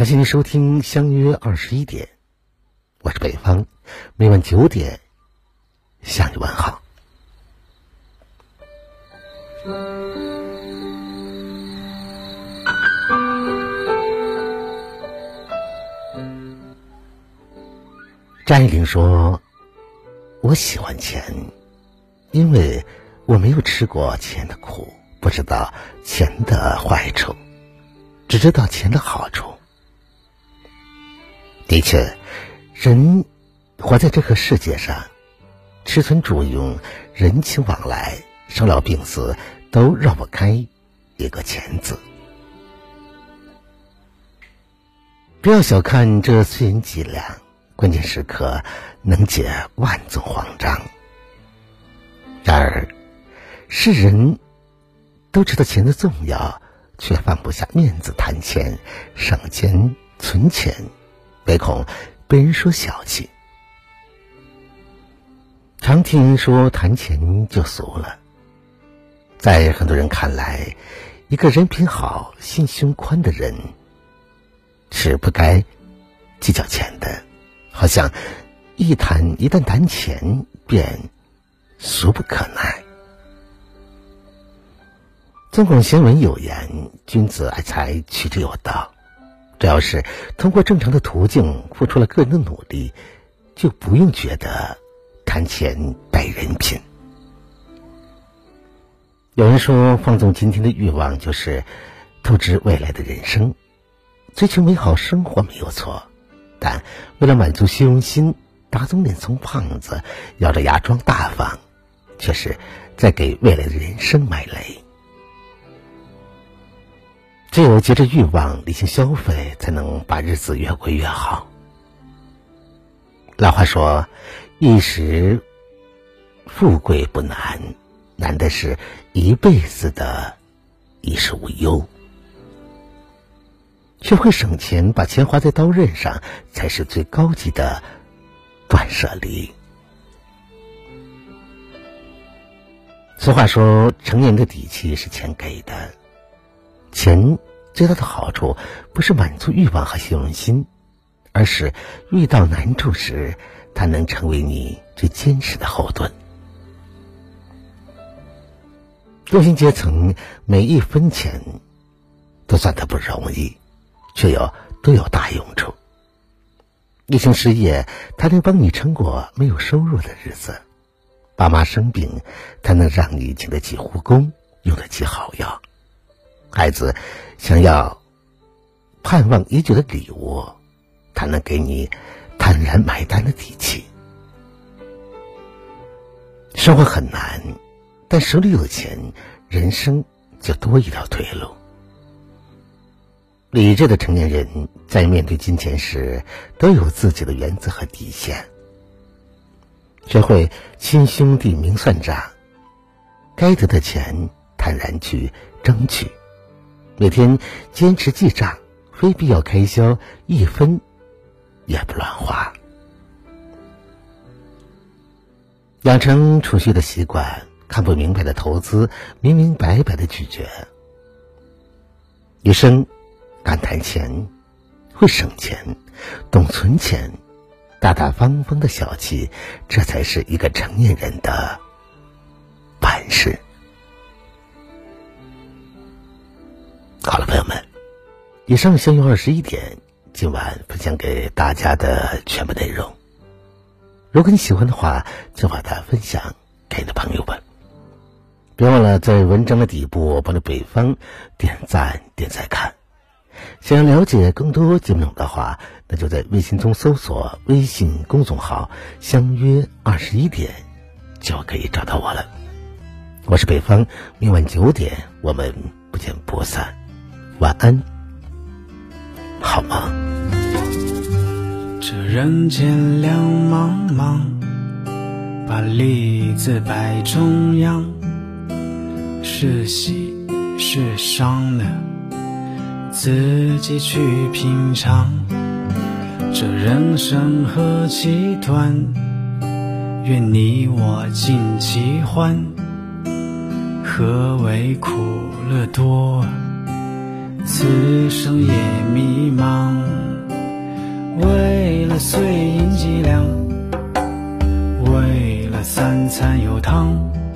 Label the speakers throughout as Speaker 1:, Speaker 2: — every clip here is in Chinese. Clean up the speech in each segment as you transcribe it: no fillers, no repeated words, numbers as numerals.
Speaker 1: 感谢您收听相约21点，我是北方，每晚9点向你问好。张爱玲说，我喜欢钱，因为我没有吃过钱的苦，不知道钱的坏处，只知道钱的好处。的确，人活在这个世界上，吃存住用，人情往来，生老病死都绕不开一个钱字。不要小看这碎银几两，关键时刻能解万种慌张。然而世人都知道钱的重要，却放不下面子谈钱，省钱存钱，唯恐被人说小气。常听人说谈钱就俗了，在很多人看来，一个人品好心胸宽的人是不该计较钱的，好像一旦谈钱便俗不可耐。中国贤文有言，君子爱财，取之有道。只要是通过正常的途径付出了个人的努力，就不用觉得谈钱败人品。有人说，放纵今天的欲望就是透支未来的人生。追求美好生活没有错，但为了满足虚荣心，打肿脸充胖子，咬着牙装大方，却是在给未来的人生埋雷。只有借着欲望理性消费，才能把日子越过越好。老话说，一时富贵不难，难的是一辈子的衣食无忧。学会省钱，把钱花在刀刃上，才是最高级的断舍离。俗话说，成年人的底气是钱给的。钱最大的好处不是满足欲望和虚荣心，而是遇到难处时，它能成为你最坚实的后盾。中薪阶层每一分钱都算得不容易，却都有大用处。疫情失业，它能帮你撑过没有收入的日子；爸妈生病，它能让你请得起护工，用得起好药；孩子想要盼望已久的礼物，它能给你坦然买单的底气。生活很难，但手里有钱，人生就多一条退路。理智的成年人在面对金钱时，都有自己的原则和底线。学会亲兄弟明算账，该得的钱坦然去争取，每天坚持记账，非必要开销一分也不乱花。养成储蓄的习惯，看不明白的投资明明白白的拒绝。余生敢谈钱，会省钱，懂存钱，大大方方的小气，这才是一个成年人的本事。好了，朋友们，以上相约21点，今晚分享给大家的全部内容。如果你喜欢的话，就把它分享给你的朋友们。别忘了在文章的底部帮着北方点赞点再看。想要了解更多节目内容的话，那就在微信中搜索微信公众号相约21点，就可以找到我了。我是北方，明晚9点我们不见不散。晚安，好吗？
Speaker 2: 这人间两茫茫，把利字摆中央，是喜是伤呢，自己去品尝。这人生何其短，愿你我尽其欢。何为苦乐多，此生也迷茫。 了碎银几两，为了三餐有汤，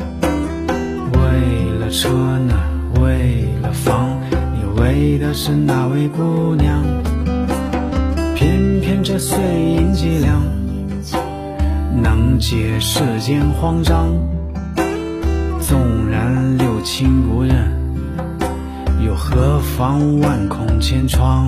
Speaker 2: 为了车呢，为了房，你为的是哪位姑娘？偏偏这碎银几两，能解世间慌张。纵然六亲不认，又何妨万孔千疮？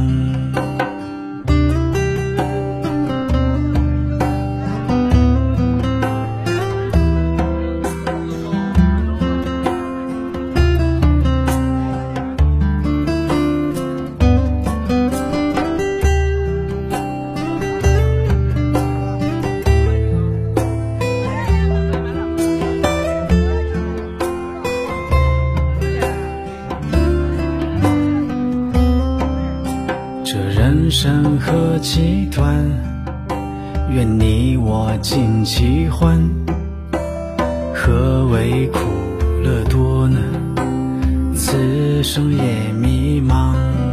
Speaker 2: 人生何其短，愿你我尽其欢。何为苦乐多呢？此生也迷茫。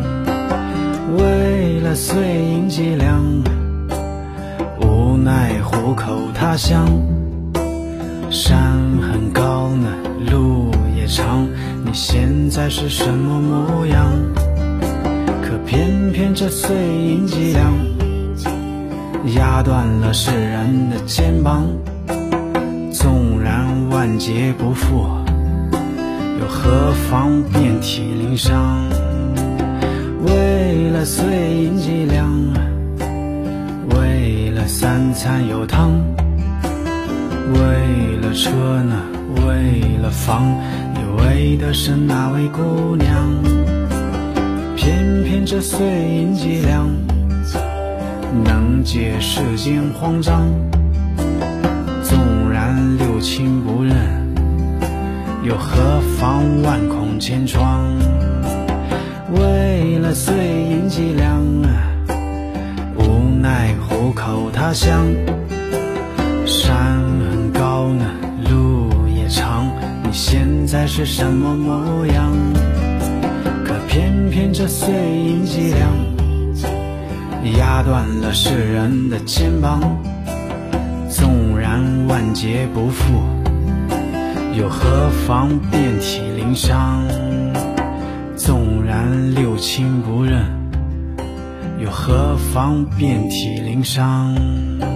Speaker 2: 为了碎银几两，无奈虎口他乡。山很高呢，路也长，你现在是什么模样？偏偏这碎银几两，压断了世人的肩膀。纵然万劫不复，又何妨遍体鳞伤？为了碎银几两，为了三餐有汤，为了车呢，为了房，你为的是哪位姑娘？偏偏这碎银几两，能解世间慌张。纵然六亲不认，又何妨万孔千疮？为了碎银几两，无奈虎口他乡。山很高呢，路也长，你现在是什么模样？偏偏这碎银几两，压断了世人的肩膀。纵然万劫不复，又何妨遍体鳞伤？纵然六亲不认，又何妨遍体鳞伤？